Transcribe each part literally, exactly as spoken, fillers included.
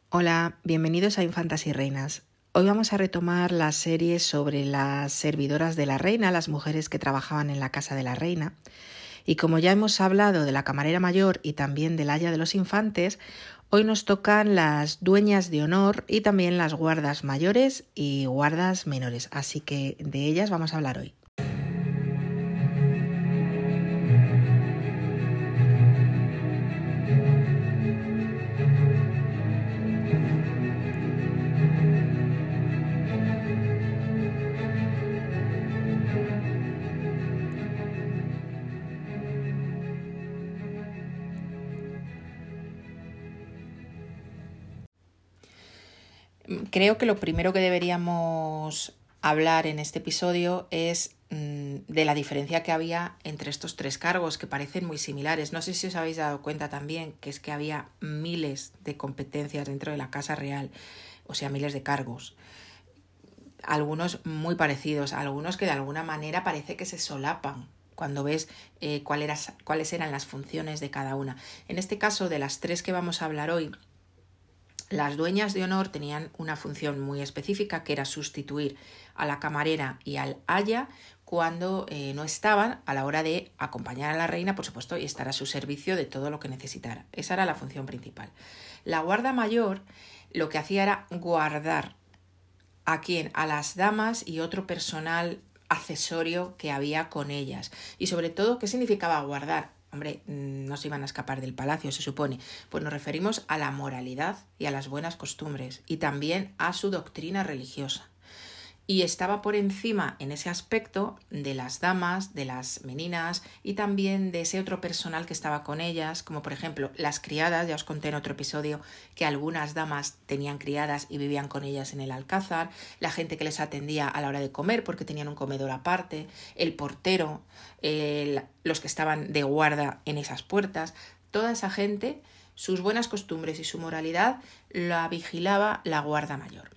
Hola, bienvenidos a Infantas y Reinas. Hoy vamos a retomar la serie sobre las servidoras de la reina, las mujeres que trabajaban en la casa de la reina. Y como ya hemos hablado de la camarera mayor y también del aya de los infantes, hoy nos tocan las dueñas de honor y también las guardas mayores y guardas menores. Así que de ellas vamos a hablar hoy. Creo que lo primero que deberíamos hablar en este episodio es mmm, de la diferencia que había entre estos tres cargos, que parecen muy similares. No sé si os habéis dado cuenta también que es que había miles de competencias dentro de la Casa Real, o sea, miles de cargos. Algunos muy parecidos, algunos que de alguna manera parece que se solapan cuando ves eh, cuál era, cuáles eran las funciones de cada una. En este caso, de las tres que vamos a hablar hoy, las dueñas de honor tenían una función muy específica, que era sustituir a la camarera y al aya cuando eh, no estaban, a la hora de acompañar a la reina, por supuesto, y estar a su servicio de todo lo que necesitara. Esa era la función principal. La guarda mayor lo que hacía era guardar a quién, a las damas y otro personal accesorio que había con ellas. Y sobre todo, ¿qué significaba guardar? Hombre, no se iban a escapar del palacio, se supone. Pues nos referimos a la moralidad y a las buenas costumbres y también a su doctrina religiosa. Y estaba por encima en ese aspecto de las damas, de las meninas y también de ese otro personal que estaba con ellas, como por ejemplo las criadas. Ya os conté en otro episodio que algunas damas tenían criadas y vivían con ellas en el alcázar, la gente que les atendía a la hora de comer porque tenían un comedor aparte, el portero, el, los que estaban de guarda en esas puertas. Toda esa gente, sus buenas costumbres y su moralidad la vigilaba la guarda mayor.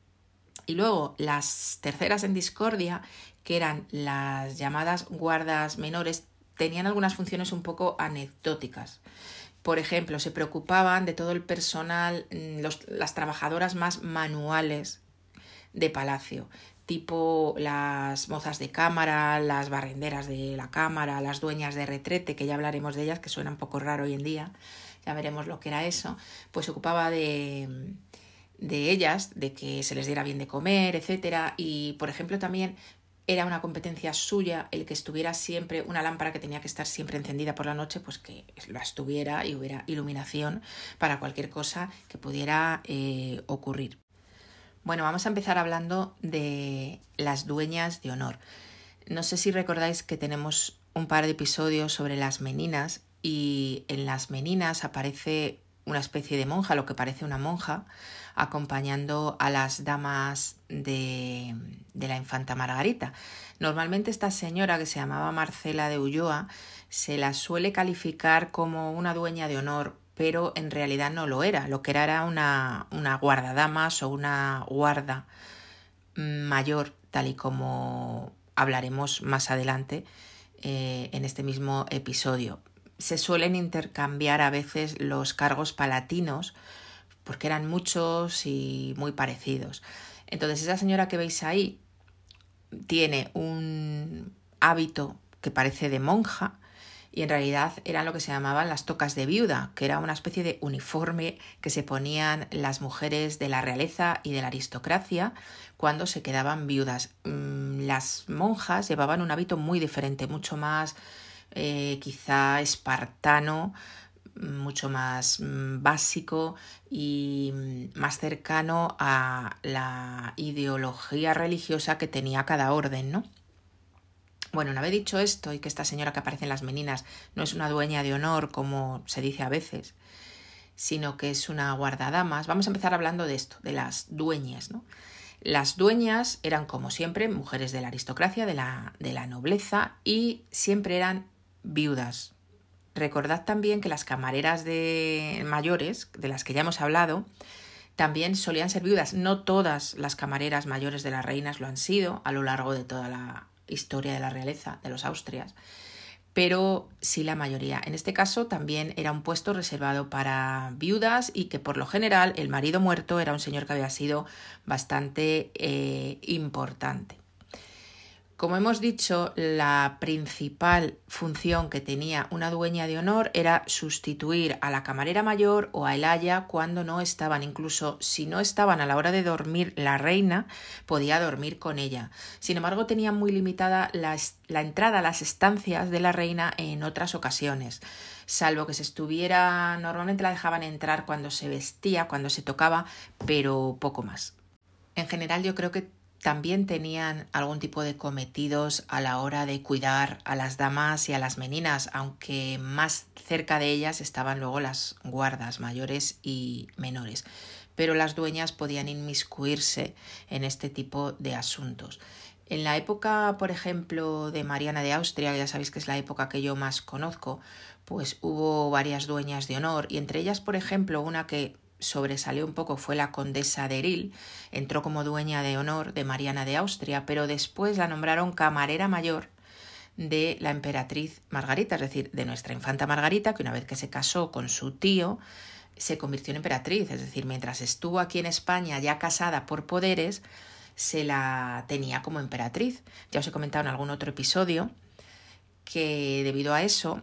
Y luego las terceras en discordia, que eran las llamadas guardas menores, tenían algunas funciones un poco anecdóticas. Por ejemplo, se preocupaban de todo el personal, los, las trabajadoras más manuales de palacio, tipo las mozas de cámara, las barrenderas de la cámara, las dueñas de retrete, que ya hablaremos de ellas, que suena un poco raro hoy en día, ya veremos lo que era eso. Pues se ocupaba de... de ellas, de que se les diera bien de comer, etcétera. Y, por ejemplo, también era una competencia suya el que estuviera siempre, una lámpara que tenía que estar siempre encendida por la noche, pues que la estuviera y hubiera iluminación para cualquier cosa que pudiera eh, ocurrir. Bueno, vamos a empezar hablando de las dueñas de honor. No sé si recordáis que tenemos un par de episodios sobre las meninas, y en las meninas aparece una especie de monja, lo que parece una monja, acompañando a las damas de, de la infanta Margarita. Normalmente esta señora, que se llamaba Marcela de Ulloa, se la suele calificar como una dueña de honor, pero en realidad no lo era. Lo que era era una, una guardadamas o una guarda mayor, tal y como hablaremos más adelante eh, en este mismo episodio. Se suelen intercambiar a veces los cargos palatinos porque eran muchos y muy parecidos. Entonces esa señora que veis ahí tiene un hábito que parece de monja y en realidad eran lo que se llamaban las tocas de viuda, que era una especie de uniforme que se ponían las mujeres de la realeza y de la aristocracia cuando se quedaban viudas. Las monjas llevaban un hábito muy diferente, mucho más eh, quizá espartano, mucho más básico y más cercano a la ideología religiosa que tenía cada orden, ¿no? Bueno, una vez dicho esto, y que esta señora que aparece en las meninas no es una dueña de honor, como se dice a veces, sino que es una guardadamas, vamos a empezar hablando de esto, de las dueñas, ¿no? Las dueñas eran, como siempre, mujeres de la aristocracia, de la, de la nobleza, y siempre eran viudas. Recordad también que las camareras de mayores, de las que ya hemos hablado, también solían ser viudas. No todas las camareras mayores de las reinas lo han sido a lo largo de toda la historia de la realeza, de los Austrias, pero sí la mayoría. En este caso también era un puesto reservado para viudas y que por lo general el marido muerto era un señor que había sido bastante eh, importante. Como hemos dicho, la principal función que tenía una dueña de honor era sustituir a la camarera mayor o a el aya cuando no estaban. Incluso si no estaban a la hora de dormir la reina, podía dormir con ella. Sin embargo, tenía muy limitada la, la entrada a las estancias de la reina en otras ocasiones. Salvo que se estuviera, normalmente la dejaban entrar cuando se vestía, cuando se tocaba, pero poco más. En general, yo creo que también tenían algún tipo de cometidos a la hora de cuidar a las damas y a las meninas, aunque más cerca de ellas estaban luego las guardas mayores y menores. Pero las dueñas podían inmiscuirse en este tipo de asuntos. En la época, por ejemplo, de Mariana de Austria, ya sabéis que es la época que yo más conozco, pues hubo varias dueñas de honor y entre ellas, por ejemplo, una que sobresalió un poco fue la condesa de Eril, entró como dueña de honor de Mariana de Austria, pero después la nombraron camarera mayor de la emperatriz Margarita, es decir, de nuestra infanta Margarita, que una vez que se casó con su tío, se convirtió en emperatriz, es decir, mientras estuvo aquí en España ya casada por poderes, se la tenía como emperatriz. Ya os he comentado en algún otro episodio que debido a eso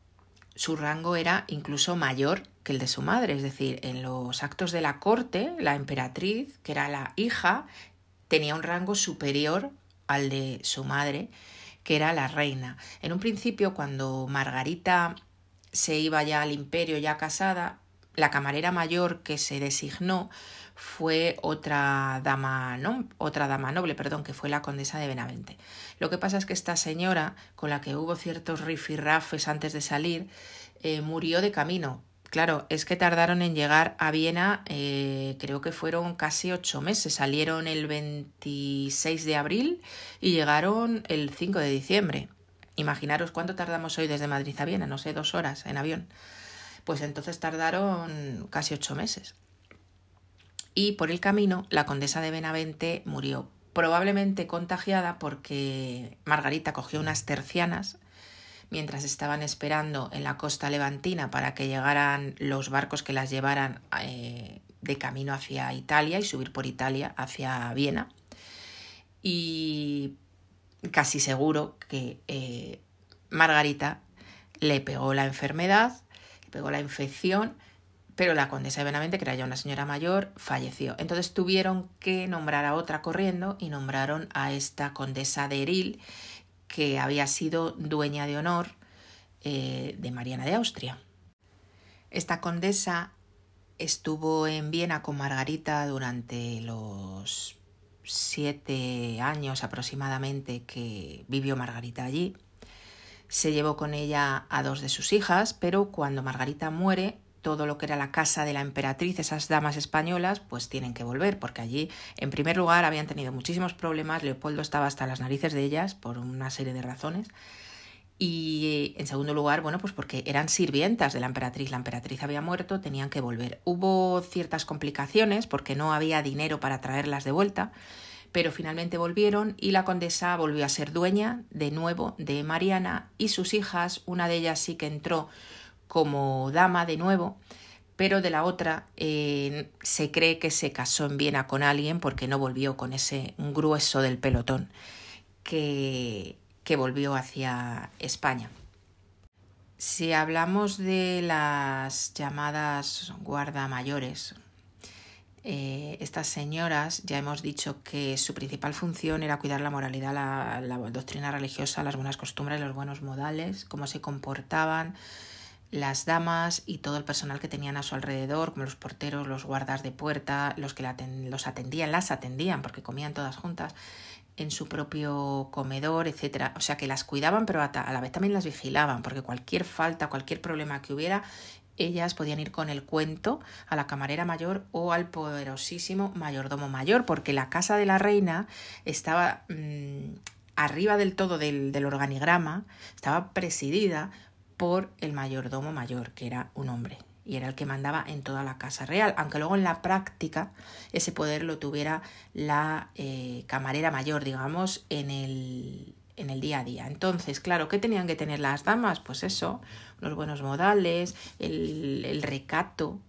su rango era incluso mayor que el de su madre, es decir, en los actos de la corte, la emperatriz, que era la hija, tenía un rango superior al de su madre, que era la reina. En un principio, cuando Margarita se iba ya al imperio ya casada, la camarera mayor que se designó fue otra dama, no, otra dama noble, perdón, que fue la condesa de Benavente. Lo que pasa es que esta señora, con la que hubo ciertos rifirrafes antes de salir, eh, murió de camino. Claro, es que tardaron en llegar a Viena, eh, creo que fueron casi ocho meses. Salieron el veintiséis de abril y llegaron el cinco de diciembre. Imaginaros cuánto tardamos hoy desde Madrid a Viena, no sé, dos horas en avión. Pues entonces tardaron casi ocho meses. Y por el camino la condesa de Benavente murió, probablemente contagiada porque Margarita cogió unas tercianas mientras estaban esperando en la costa levantina para que llegaran los barcos que las llevaran eh, de camino hacia Italia y subir por Italia hacia Viena. Y casi seguro que eh, Margarita le pegó la enfermedad, le pegó la infección, pero la condesa de Benavente, que era ya una señora mayor, falleció. Entonces tuvieron que nombrar a otra corriendo y nombraron a esta condesa de Eril, que había sido dueña de honor eh, de Mariana de Austria. Esta condesa estuvo en Viena con Margarita durante los siete años aproximadamente que vivió Margarita allí. Se llevó con ella a dos de sus hijas, pero cuando Margarita muere, todo lo que era la casa de la emperatriz, esas damas españolas, pues tienen que volver, porque allí, en primer lugar, habían tenido muchísimos problemas, Leopoldo estaba hasta las narices de ellas por una serie de razones, y en segundo lugar, bueno, pues porque eran sirvientas de la emperatriz, la emperatriz había muerto, tenían que volver. Hubo ciertas complicaciones porque no había dinero para traerlas de vuelta, pero finalmente volvieron y la condesa volvió a ser dueña de nuevo de Mariana y sus hijas, una de ellas sí que entró como dama de nuevo, pero de la otra eh, se cree que se casó en Viena con alguien porque no volvió con ese grueso del pelotón que, que volvió hacia España. Si hablamos de las llamadas guardamayores, eh, estas señoras ya hemos dicho que su principal función era cuidar la moralidad, la, la doctrina religiosa, las buenas costumbres, los buenos modales, cómo se comportaban las damas y todo el personal que tenían a su alrededor, como los porteros, los guardas de puerta, los que la ten, los atendían, las atendían, porque comían todas juntas en su propio comedor, etcétera. O sea, que las cuidaban, pero a, a la vez también las vigilaban, porque cualquier falta, cualquier problema que hubiera, ellas podían ir con el cuento a la camarera mayor o al poderosísimo mayordomo mayor, porque la casa de la reina estaba mmm, arriba del todo del, del organigrama, estaba presidida por el mayordomo mayor, que era un hombre, y era el que mandaba en toda la casa real, aunque luego en la práctica ese poder lo tuviera la eh, camarera mayor, digamos, en el, en el día a día. Entonces, claro, ¿qué tenían que tener las damas? Pues eso, los buenos modales, el, el recato,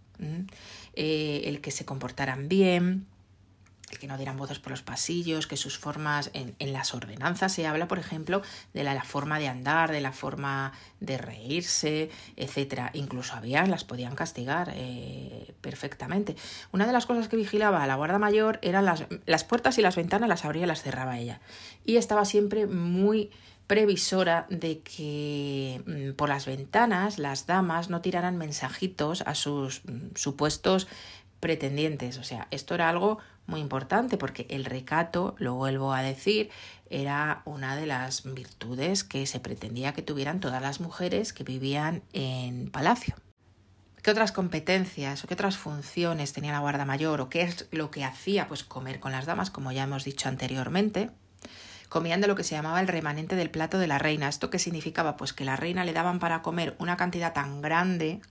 eh, el que se comportaran bien, el que no dieran voces por los pasillos, que sus formas, en, en las ordenanzas se habla, por ejemplo, de la, la forma de andar, de la forma de reírse, etcétera. Incluso había, las podían castigar eh, perfectamente. Una de las cosas que vigilaba a la guarda mayor eran las, las puertas y las ventanas, las abría y las cerraba ella. Y estaba siempre muy previsora de que mmm, por las ventanas las damas no tiraran mensajitos a sus mmm, supuestos pretendientes. O sea, esto era algo muy importante porque el recato, lo vuelvo a decir, era una de las virtudes que se pretendía que tuvieran todas las mujeres que vivían en palacio. ¿Qué otras competencias o qué otras funciones tenía la guarda mayor o qué es lo que hacía? Pues comer con las damas, como ya hemos dicho anteriormente. Comían de lo que se llamaba el remanente del plato de la reina. ¿Esto qué significaba? Pues que a la reina le daban para comer una cantidad tan grande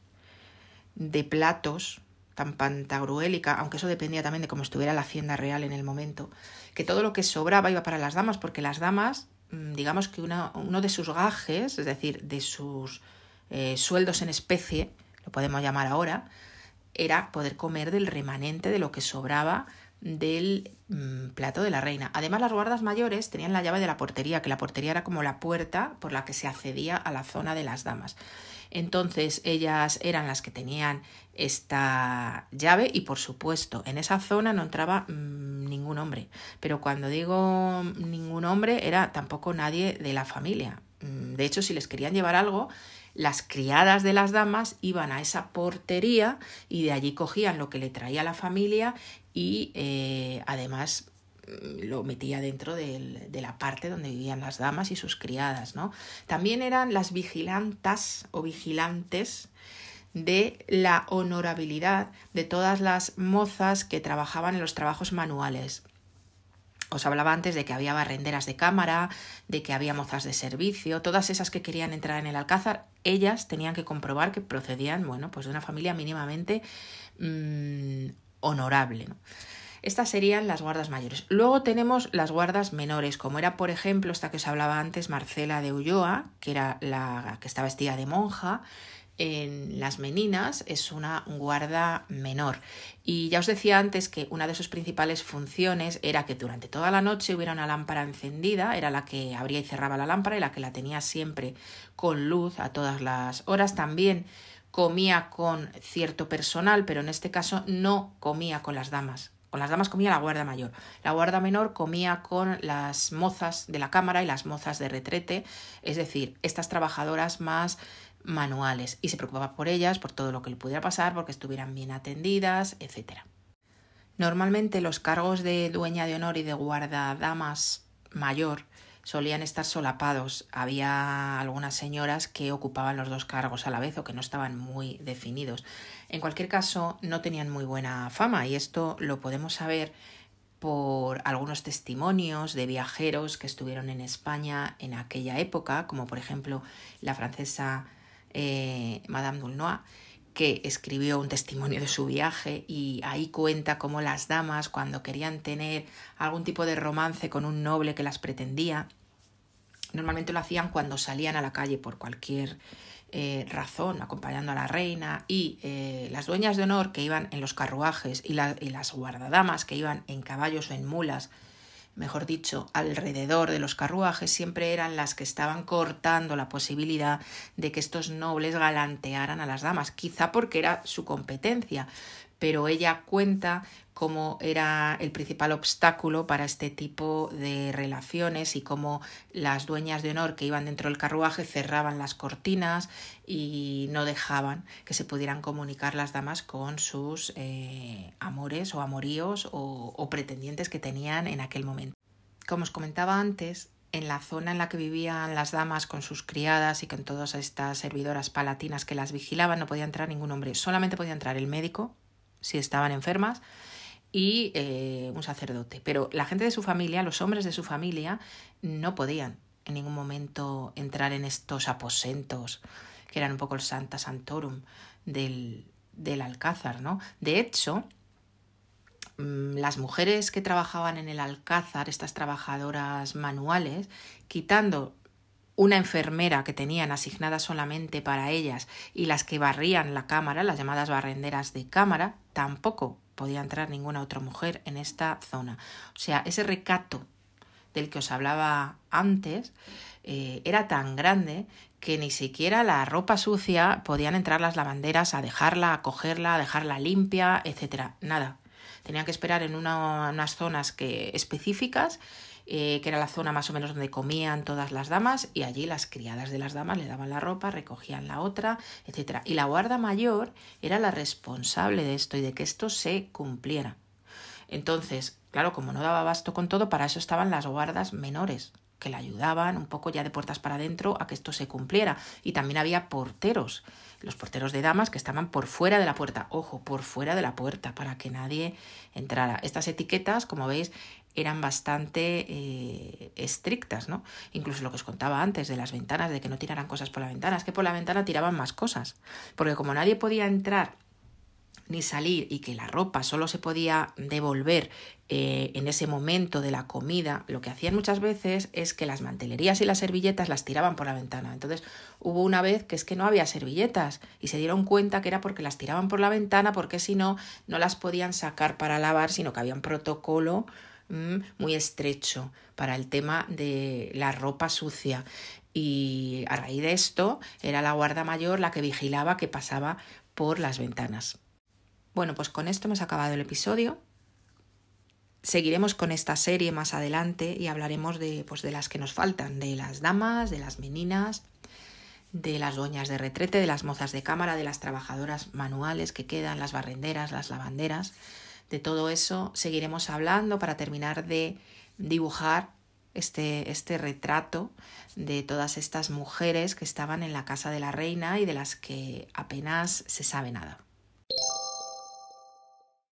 de platos, tan pantagruélica, aunque eso dependía también de cómo estuviera la hacienda real en el momento, que todo lo que sobraba iba para las damas, porque las damas, digamos que una, uno de sus gajes, es decir, de sus eh, sueldos en especie, lo podemos llamar ahora, era poder comer del remanente de lo que sobraba del mmm, plato de la reina. Además, las guardas mayores tenían la llave de la portería, que la portería era como la puerta por la que se accedía a la zona de las damas. Entonces ellas eran las que tenían esta llave y, por supuesto, en esa zona no entraba mmm, ningún hombre. Pero cuando digo ningún hombre, era tampoco nadie de la familia. De hecho, si les querían llevar algo, las criadas de las damas iban a esa portería y de allí cogían lo que le traía la familia y eh, además lo metía dentro del, de la parte donde vivían las damas y sus criadas, ¿no? También eran las vigilantas o vigilantes de la honorabilidad de todas las mozas que trabajaban en los trabajos manuales. Os hablaba antes de que había barrenderas de cámara, de que había mozas de servicio, todas esas que querían entrar en el alcázar, ellas tenían que comprobar que procedían, bueno, pues de una familia mínimamente mmm, honorable, ¿no? Estas serían las guardas mayores. Luego tenemos las guardas menores, como era, por ejemplo, esta que os hablaba antes, Marcela de Ulloa, que era la que está vestida de monja. En las Meninas es una guarda menor. Y ya os decía antes que una de sus principales funciones era que durante toda la noche hubiera una lámpara encendida, era la que abría y cerraba la lámpara y la que la tenía siempre con luz a todas las horas. También comía con cierto personal, pero en este caso no comía con las damas. Con las damas comía la guarda mayor. La guarda menor comía con las mozas de la cámara y las mozas de retrete, es decir, estas trabajadoras más manuales, y se preocupaba por ellas, por todo lo que le pudiera pasar, porque estuvieran bien atendidas, etcétera. Normalmente los cargos de dueña de honor y de guardadamas mayor solían estar solapados. Había algunas señoras que ocupaban los dos cargos a la vez o que no estaban muy definidos. En cualquier caso, no tenían muy buena fama y esto lo podemos saber por algunos testimonios de viajeros que estuvieron en España en aquella época, como por ejemplo la francesa eh, Madame d'Aulnoy, que escribió un testimonio de su viaje y ahí cuenta cómo las damas, cuando querían tener algún tipo de romance con un noble que las pretendía, normalmente lo hacían cuando salían a la calle por cualquier eh, razón, acompañando a la reina, y eh, las dueñas de honor que iban en los carruajes y, la, y las guardadamas que iban en caballos o en mulas, mejor dicho, alrededor de los carruajes, siempre eran las que estaban cortando la posibilidad de que estos nobles galantearan a las damas, quizá porque era su competencia, pero ella cuenta cómo era el principal obstáculo para este tipo de relaciones y cómo las dueñas de honor que iban dentro del carruaje cerraban las cortinas y no dejaban que se pudieran comunicar las damas con sus eh, amores o amoríos o, o pretendientes que tenían en aquel momento. Como os comentaba antes, en la zona en la que vivían las damas con sus criadas y con todas estas servidoras palatinas que las vigilaban, no podía entrar ningún hombre, solamente podía entrar el médico si estaban enfermas y eh, un sacerdote, pero la gente de su familia, los hombres de su familia, no podían en ningún momento entrar en estos aposentos que eran un poco el Sancta Sanctorum del, del alcázar, ¿no? De hecho, las mujeres que trabajaban en el alcázar, estas trabajadoras manuales, quitando una enfermera que tenían asignada solamente para ellas y las que barrían la cámara, las llamadas barrenderas de cámara, tampoco podía entrar ninguna otra mujer en esta zona. O sea, ese recato del que os hablaba antes eh, era tan grande que ni siquiera la ropa sucia podían entrar las lavanderas a dejarla, a cogerla, a dejarla limpia, etcétera. Nada. Tenían que esperar en una, unas zonas que, específicas, eh, que era la zona más o menos donde comían todas las damas, y allí las criadas de las damas le daban la ropa, recogían la otra, etcétera. Y la guarda mayor era la responsable de esto y de que esto se cumpliera. Entonces, claro, como no daba abasto con todo, para eso estaban las guardas menores, que le ayudaban un poco ya de puertas para adentro a que esto se cumpliera. Y también había porteros, los porteros de damas que estaban por fuera de la puerta, ojo, por fuera de la puerta, para que nadie entrara. Estas etiquetas, como veis, eran bastante eh, estrictas, ¿no? Incluso lo que os contaba antes de las ventanas, de que no tiraran cosas por la ventana, es que por la ventana tiraban más cosas, porque como nadie podía entrar ni salir y que la ropa solo se podía devolver eh, en ese momento de la comida, lo que hacían muchas veces es que las mantelerías y las servilletas las tiraban por la ventana. Entonces hubo una vez que es que no había servilletas y se dieron cuenta que era porque las tiraban por la ventana, porque si no, no las podían sacar para lavar, sino que había un protocolo mmm, muy estrecho para el tema de la ropa sucia. Y a raíz de esto era la guarda mayor la que vigilaba que pasaba por las ventanas. Bueno, pues con esto hemos acabado el episodio. Seguiremos con esta serie más adelante y hablaremos de, pues, de las que nos faltan, de las damas, de las meninas, de las dueñas de retrete, de las mozas de cámara, de las trabajadoras manuales que quedan, las barrenderas, las lavanderas. De todo eso seguiremos hablando para terminar de dibujar este, este retrato de todas estas mujeres que estaban en la casa de la reina y de las que apenas se sabe nada.